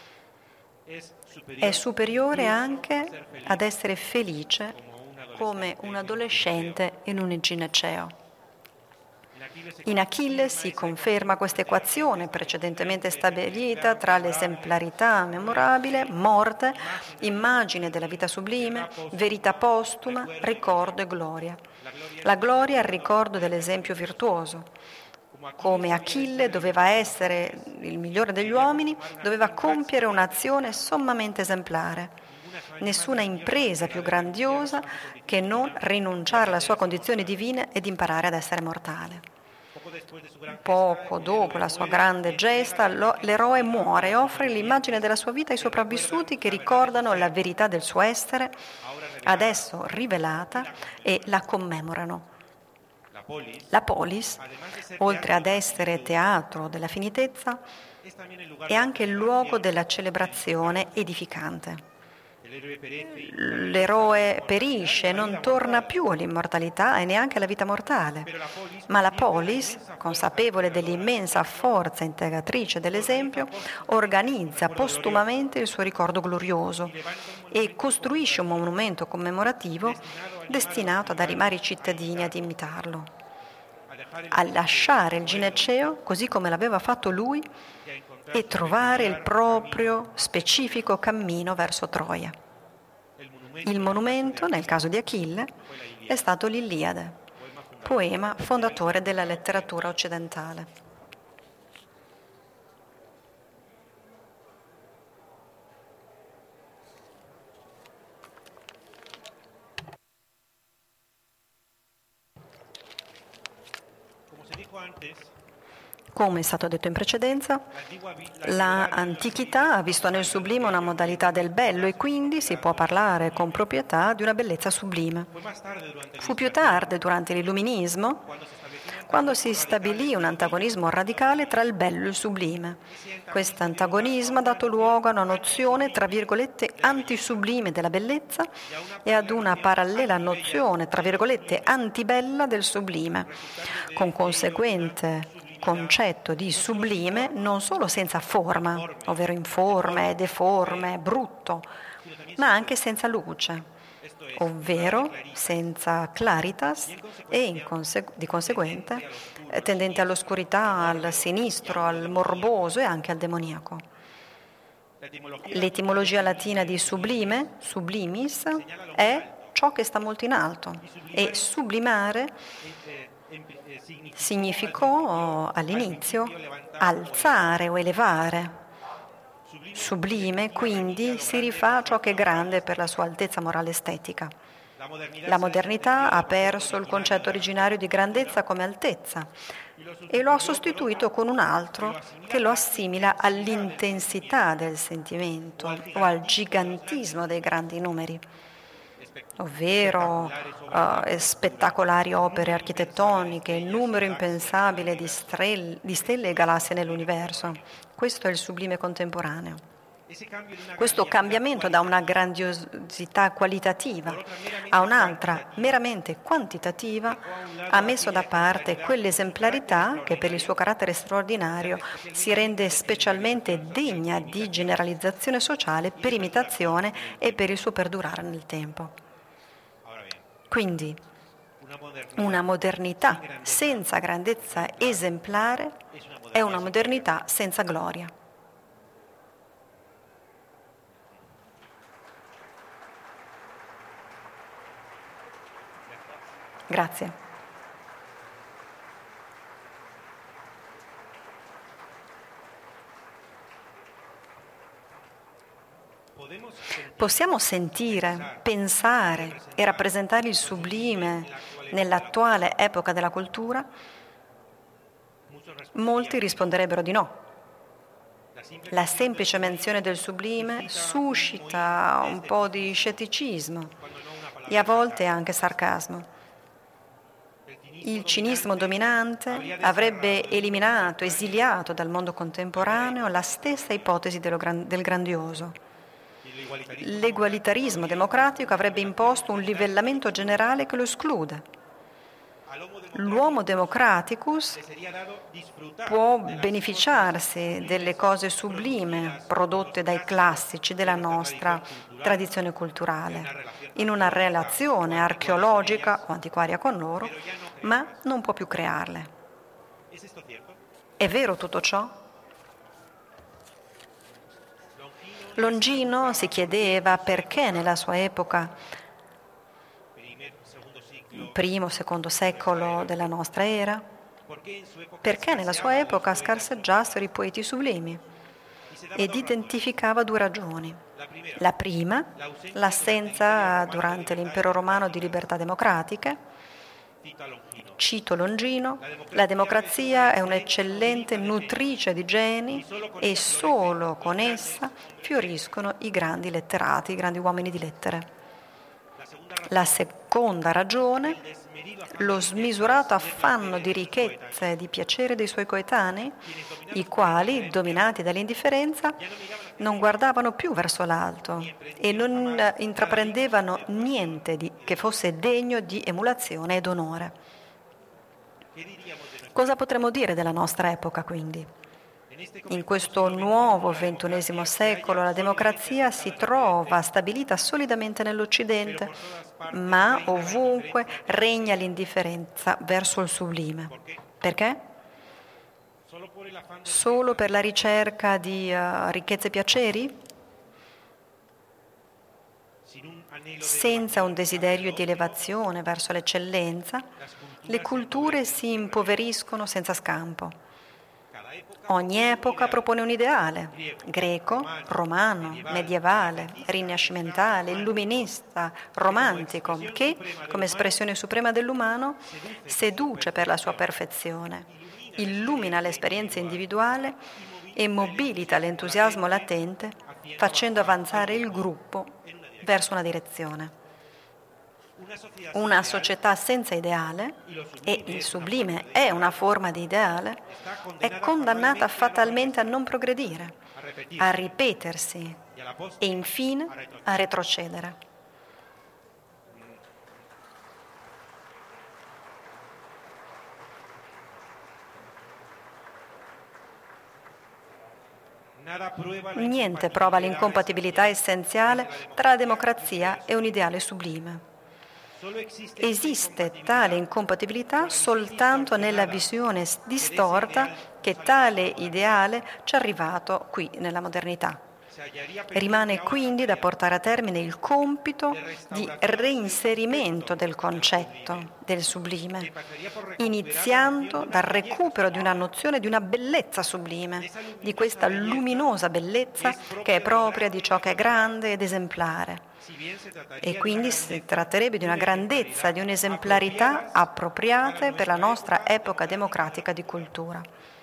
È superiore anche ad essere felice come un adolescente in un gineceo. In Achille si conferma questa equazione precedentemente stabilita tra l'esemplarità memorabile, morte, immagine della vita sublime, verità postuma, ricordo e gloria. La gloria è il ricordo dell'esempio virtuoso. Come Achille doveva essere il migliore degli uomini, doveva compiere un'azione sommamente esemplare. Nessuna impresa più grandiosa che non rinunciare alla sua condizione divina ed imparare ad essere mortale. Poco dopo la sua grande gesta, l'eroe muore e offre l'immagine della sua vita ai sopravvissuti che ricordano la verità del suo essere, adesso rivelata, e la commemorano. La polis, oltre ad essere teatro della finitezza, è anche il luogo della celebrazione edificante. L'eroe perisce e non torna più all'immortalità e neanche alla vita mortale, ma la polis, consapevole dell'immensa forza integratrice dell'esempio, organizza postumamente il suo ricordo glorioso e costruisce un monumento commemorativo destinato ad animare i cittadini ad imitarlo, a lasciare il gineceo così come l'aveva fatto lui e trovare il proprio specifico cammino verso Troia. Il monumento, nel caso di Achille, è stato l'Iliade, poema fondatore della letteratura occidentale. Come è stato detto in precedenza, l'antichità ha visto nel sublime una modalità del bello e quindi si può parlare con proprietà di una bellezza sublime. Fu più tardi, durante l'Illuminismo, quando si stabilì un antagonismo radicale tra il bello e il sublime. Questo antagonismo ha dato luogo a una nozione, tra virgolette, antisublime della bellezza e ad una parallela nozione, tra virgolette, antibella del sublime, con conseguente concetto di sublime non solo senza forma, ovvero informe, deforme, brutto, ma anche senza luce, ovvero senza claritas e di conseguente tendente all'oscurità, al sinistro, al morboso e anche al demoniaco. L'etimologia latina di sublime, sublimis, è ciò che sta molto in alto e sublimare significò all'inizio alzare o elevare. Sublime, quindi, si rifà a ciò che è grande per la sua altezza morale estetica. La modernità ha perso il concetto originario di grandezza come altezza e lo ha sostituito con un altro che lo assimila all'intensità del sentimento o al gigantismo dei grandi numeri, ovvero spettacolari opere architettoniche, il numero impensabile di stelle e galassie nell'universo. Questo è il sublime contemporaneo. Questo cambiamento da una grandiosità qualitativa a un'altra meramente quantitativa ha messo da parte quell'esemplarità che per il suo carattere straordinario si rende specialmente degna di generalizzazione sociale per imitazione e per il suo perdurare nel tempo. Quindi una modernità senza grandezza esemplare è una modernità senza gloria. Grazie. Possiamo sentire, pensare e rappresentare il sublime nell'attuale epoca della cultura? Molti risponderebbero di no. La semplice menzione del sublime suscita un po' di scetticismo e a volte anche sarcasmo. Il cinismo dominante avrebbe eliminato, esiliato dal mondo contemporaneo la stessa ipotesi del grandioso. L'egualitarismo democratico avrebbe imposto un livellamento generale che lo esclude. L'uomo democraticus può beneficiarsi delle cose sublime prodotte dai classici della nostra tradizione culturale, in una relazione archeologica o antiquaria con loro, ma non può più crearle. È vero tutto ciò? Longino si chiedeva perché nella sua epoca, primo, secondo secolo della nostra era, perché nella sua epoca scarseggiassero i poeti sublimi, ed identificava due ragioni. La prima, l'assenza durante l'impero romano di libertà democratiche. Cito Longino: la democrazia è un'eccellente nutrice di geni e solo con essa fioriscono i grandi letterati, i grandi uomini di lettere. La seconda ragione, lo smisurato affanno di ricchezza e di piacere dei suoi coetanei, i quali, dominati dall'indifferenza, non guardavano più verso l'alto e non intraprendevano niente che fosse degno di emulazione ed onore. Cosa potremmo dire della nostra epoca, quindi? In questo nuovo XXI secolo la democrazia si trova stabilita solidamente nell'Occidente, ma ovunque regna l'indifferenza verso il sublime. Perché? Solo per la ricerca di ricchezze e piaceri? Senza un desiderio di elevazione verso l'eccellenza, le culture si impoveriscono senza scampo. Ogni epoca propone un ideale: greco, romano, medievale, rinascimentale, illuminista, romantico, che, come espressione suprema dell'umano, seduce per la sua perfezione, illumina l'esperienza individuale e mobilita l'entusiasmo latente, facendo avanzare il gruppo verso una direzione. Una società senza ideale, e il sublime è una forma di ideale, è condannata fatalmente a non progredire, a ripetersi e infine a retrocedere. Niente prova l'incompatibilità essenziale tra la democrazia e un ideale sublime. Esiste tale incompatibilità soltanto nella visione distorta che tale ideale ci è arrivato qui nella modernità. Rimane quindi da portare a termine il compito di reinserimento del concetto del sublime, iniziando dal recupero di una nozione di una bellezza sublime, di questa luminosa bellezza che è propria di ciò che è grande ed esemplare. E quindi si tratterebbe di una grandezza, di un'esemplarità appropriate per la nostra epoca democratica di cultura.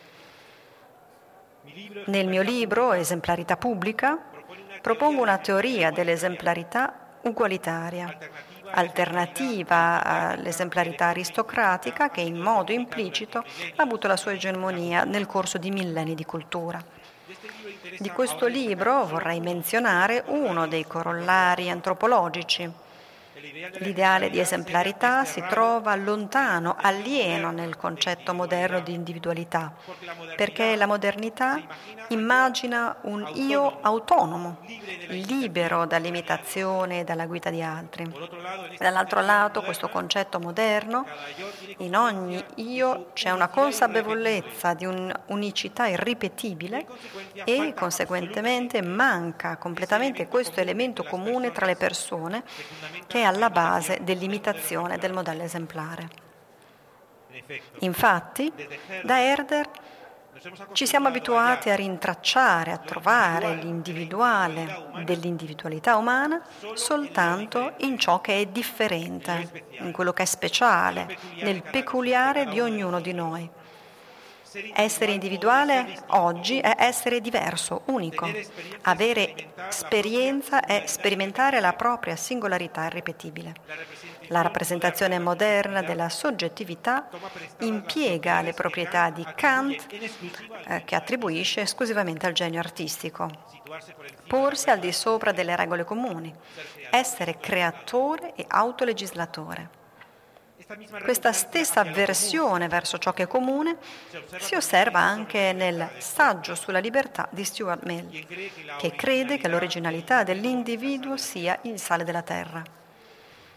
Nel mio libro, Esemplarità pubblica, propongo una teoria dell'esemplarità ugualitaria, alternativa all'esemplarità aristocratica che in modo implicito ha avuto la sua egemonia nel corso di millenni di cultura. Di questo libro vorrei menzionare uno dei corollari antropologici. L'ideale di esemplarità si trova lontano, alieno nel concetto moderno di individualità, perché la modernità immagina un io autonomo, libero dall'imitazione e dalla guida di altri. Dall'altro lato, questo concetto moderno, in ogni io c'è una consapevolezza di un'unicità irripetibile e, conseguentemente, manca completamente questo elemento comune tra le persone che è alla base dell'imitazione del modello esemplare. Infatti, da Herder ci siamo abituati a rintracciare, a trovare l'individuale dell'individualità umana soltanto in ciò che è differente, in quello che è speciale, nel peculiare di ognuno di noi. Essere individuale oggi è essere diverso, unico. Avere esperienza è sperimentare la propria singolarità irripetibile. La rappresentazione moderna della soggettività impiega le proprietà di Kant, che attribuisce esclusivamente al genio artistico. Porsi al di sopra delle regole comuni, essere creatore e autolegislatore. Questa stessa avversione verso ciò che è comune si osserva anche nel Saggio sulla libertà di Stuart Mill, che crede che l'originalità dell'individuo sia il sale della terra.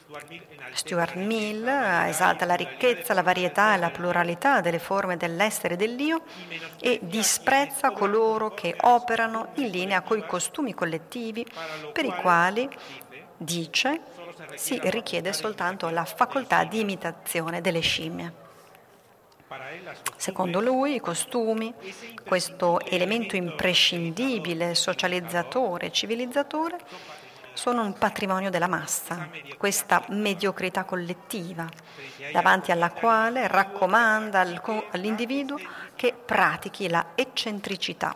Stuart Mill esalta la ricchezza, la varietà e la pluralità delle forme dell'essere dell'io e disprezza coloro che operano in linea coi costumi collettivi per i quali, dice, si richiede soltanto la facoltà di imitazione delle scimmie. Secondo lui, i costumi, questo elemento imprescindibile, socializzatore, civilizzatore, sono un patrimonio della massa, questa mediocrità collettiva, davanti alla quale raccomanda all'individuo che pratichi la eccentricità.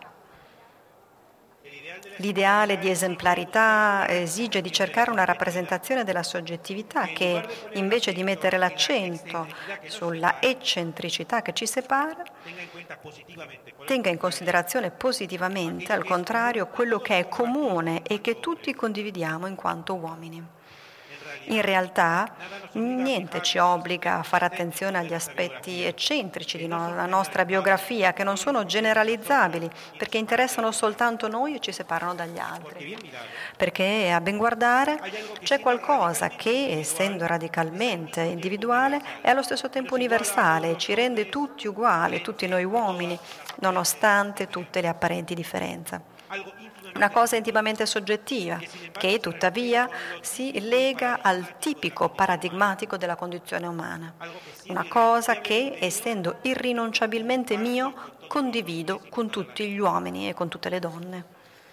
L'ideale di esemplarità esige di cercare una rappresentazione della soggettività che, invece di mettere l'accento sulla eccentricità che ci separa, tenga in considerazione positivamente, al contrario, quello che è comune e che tutti condividiamo in quanto uomini. In realtà, niente ci obbliga a fare attenzione agli aspetti eccentrici della nostra biografia, che non sono generalizzabili, perché interessano soltanto noi e ci separano dagli altri. Perché, a ben guardare, c'è qualcosa che, essendo radicalmente individuale, è allo stesso tempo universale e ci rende tutti uguali, tutti noi uomini, nonostante tutte le apparenti differenze. Una cosa intimamente soggettiva, che tuttavia si lega al tipico paradigmatico della condizione umana. Una cosa che, essendo irrinunciabilmente mio, condivido con tutti gli uomini e con tutte le donne.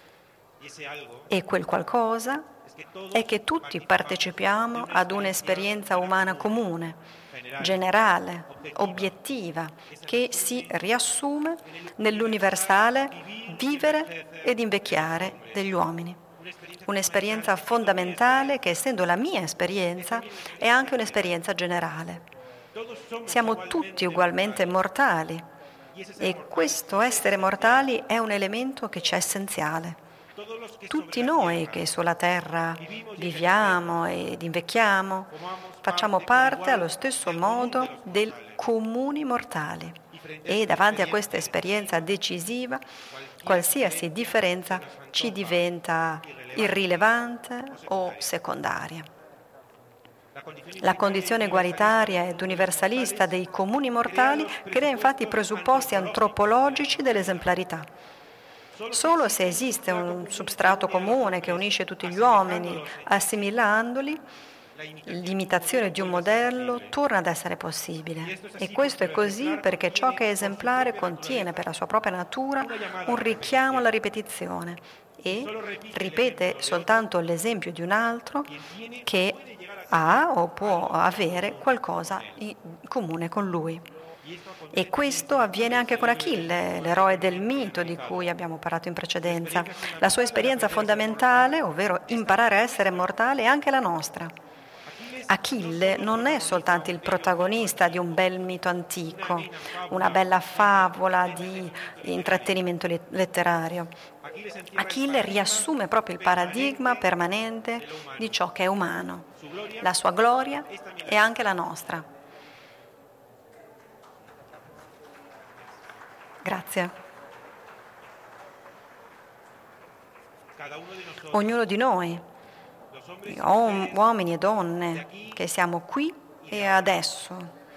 E quel qualcosa è che tutti partecipiamo ad un'esperienza umana comune, generale, obiettiva, che si riassume nell'universale vivere ed invecchiare degli uomini. Un'esperienza fondamentale che, essendo la mia esperienza, è anche un'esperienza generale. Siamo tutti ugualmente mortali e questo essere mortali è un elemento che ci è essenziale. Tutti noi che sulla terra viviamo ed invecchiamo facciamo parte allo stesso modo dei comuni mortali e davanti a questa esperienza decisiva qualsiasi differenza ci diventa irrilevante o secondaria. La condizione egualitaria ed universalista dei comuni mortali crea infatti i presupposti antropologici dell'esemplarità. Solo se esiste un substrato comune che unisce tutti gli uomini, assimilandoli, l'imitazione di un modello torna ad essere possibile. E questo è così perché ciò che è esemplare contiene per la sua propria natura un richiamo alla ripetizione e ripete soltanto l'esempio di un altro che ha o può avere qualcosa in comune con lui. E questo avviene anche con Achille, l'eroe del mito di cui abbiamo parlato in precedenza. La sua esperienza fondamentale, ovvero imparare a essere mortale, è anche la nostra. Achille non è soltanto il protagonista di un bel mito antico, una bella favola di intrattenimento letterario. Achille riassume proprio il paradigma permanente di ciò che è umano. La sua gloria è anche la nostra. Grazie. Ognuno di noi, uomini e donne, che siamo qui e adesso,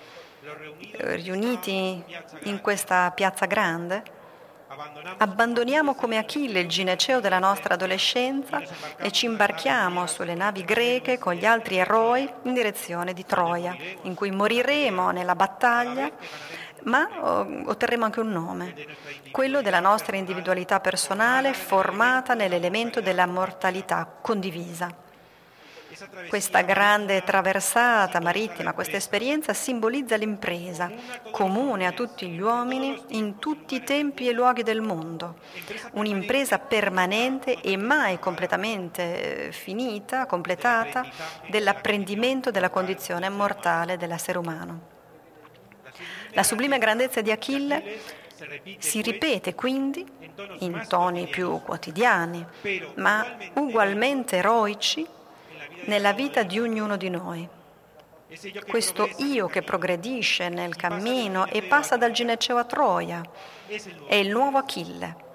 riuniti in questa piazza grande, abbandoniamo come Achille il gineceo della nostra adolescenza e ci imbarchiamo sulle navi greche con gli altri eroi in direzione di Troia, in cui moriremo nella battaglia, ma otterremo anche un nome, quello della nostra individualità personale formata nell'elemento della mortalità condivisa. Questa grande traversata marittima, questa esperienza simbolizza l'impresa comune a tutti gli uomini in tutti i tempi e luoghi del mondo, un'impresa permanente e mai completamente finita, completata, dell'apprendimento della condizione mortale dell'essere umano. La sublime grandezza di Achille si ripete quindi in toni più quotidiani, ma ugualmente eroici nella vita di ognuno di noi. Questo io che progredisce nel cammino e passa dal gineceo a Troia è il nuovo Achille,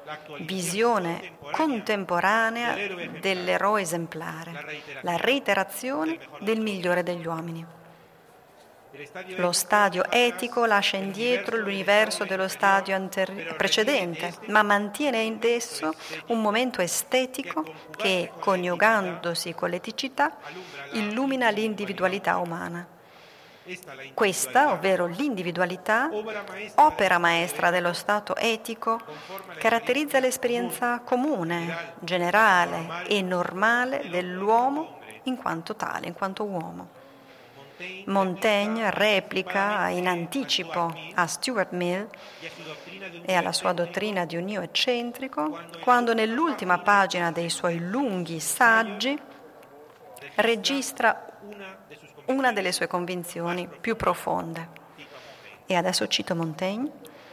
visione contemporanea dell'eroe esemplare, la reiterazione del migliore degli uomini. Lo stadio etico lascia indietro l'universo dello stadio precedente, ma mantiene in esso un momento estetico che, coniugandosi con l'eticità, illumina l'individualità umana. Questa, ovvero l'individualità, opera maestra dello stato etico, caratterizza l'esperienza comune, generale e normale dell'uomo in quanto tale, in quanto uomo. Montaigne replica in anticipo a Stuart Mill e alla sua dottrina di un io eccentrico quando nell'ultima pagina dei suoi lunghi saggi registra una delle sue convinzioni più profonde. E adesso cito Montaigne: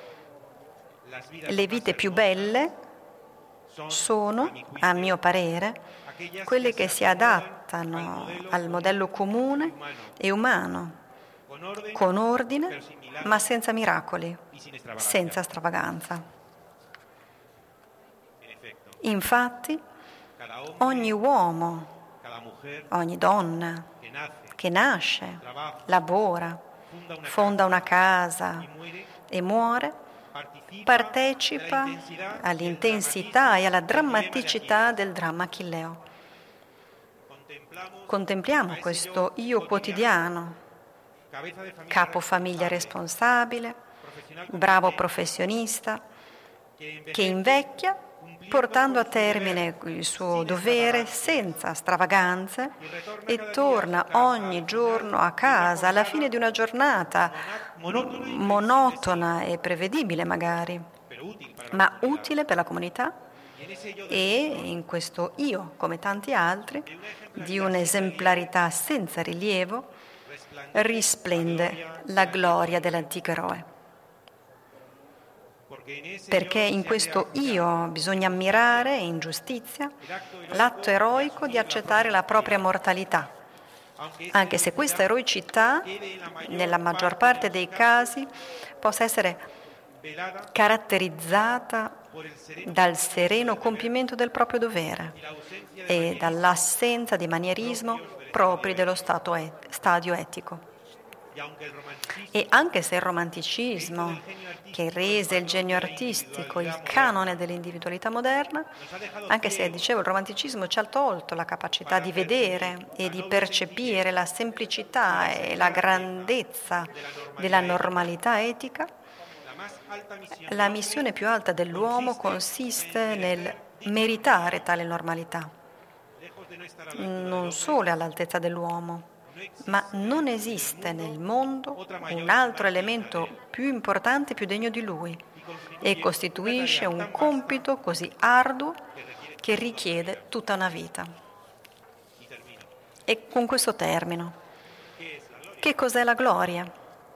le vite più belle sono, a mio parere, quelle che si adattano al modello comune e umano, con ordine, ma senza miracoli, senza stravaganza. Infatti, ogni uomo, ogni donna che nasce, lavora, fonda una casa e muore, partecipa all'intensità e alla drammaticità del dramma achilleo. Contempliamo questo io quotidiano, capofamiglia responsabile, bravo professionista, che invecchia portando a termine il suo dovere senza stravaganze e torna ogni giorno a casa alla fine di una giornata monotona e prevedibile magari, ma utile per la comunità, e in questo io, come tanti altri, di un'esemplarità senza rilievo, risplende la gloria dell'antico eroe. Perché in questo io bisogna ammirare in giustizia l'atto eroico di accettare la propria mortalità, anche se questa eroicità, nella maggior parte dei casi, possa essere caratterizzata dal sereno compimento del proprio dovere e dall'assenza di manierismo propri dello stadio etico. E anche se il romanticismo, che rese il genio artistico il canone dell'individualità moderna, anche se, dicevo, il romanticismo ci ha tolto la capacità di vedere e di percepire la semplicità e la grandezza della normalità etica, la missione più alta dell'uomo consiste nel meritare tale normalità. Non solo è all'altezza dell'uomo, ma non esiste nel mondo un altro elemento più importante e più degno di lui, e costituisce un compito così arduo che richiede tutta una vita. E con questo termino. Che cos'è la gloria?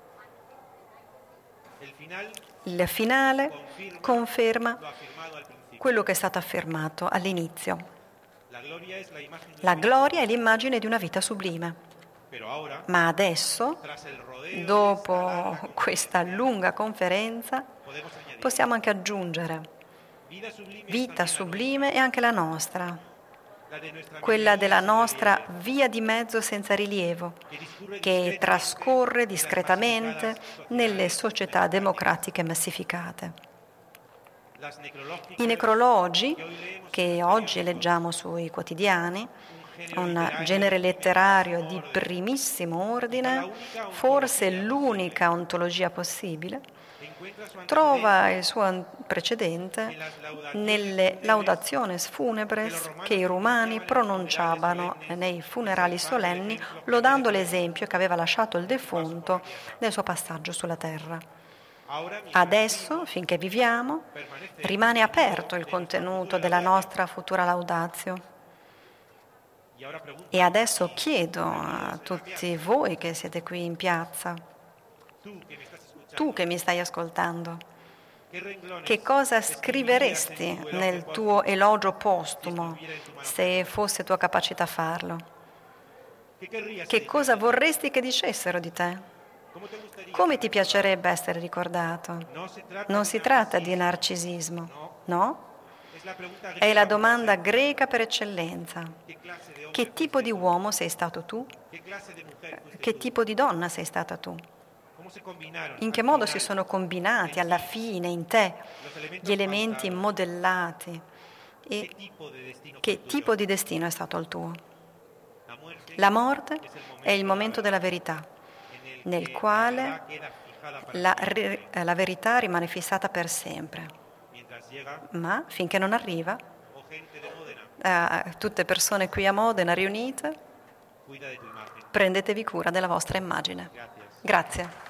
Il finale conferma quello che è stato affermato all'inizio. La gloria è l'immagine di una vita sublime. Ma adesso, dopo questa lunga conferenza, possiamo anche aggiungere: vita sublime è anche la nostra, quella della nostra via di mezzo senza rilievo, che trascorre discretamente nelle società democratiche massificate. I necrologi, che oggi leggiamo sui quotediani, un genere letterario di primissimo ordine, forse l'unica ontologia possibile, trova il suo precedente nelle laudationes funebres che i romani pronunciavano nei funerali solenni, lodando l'esempio che aveva lasciato il defunto nel suo passaggio sulla terra. Adesso, finché viviamo, rimane aperto il contenuto della nostra futura laudatio. E adesso chiedo a tutti voi che siete qui in piazza, tu che mi stai ascoltando, che cosa scriveresti nel tuo elogio postumo se fosse tua capacità farlo? Che cosa vorresti che dicessero di te? Come ti piacerebbe essere ricordato? Non si tratta di narcisismo, No? È la domanda greca per eccellenza. Che tipo di uomo sei stato tu? Che tipo di donna sei stata tu? In che modo si sono combinati alla fine in te gli elementi modellati? E che tipo di destino è stato il tuo? La morte è il momento della verità, nel quale la verità rimane fissata per sempre. Ma finché non arriva, tutte persone qui a Modena riunite, prendetevi cura della vostra immagine. Grazie.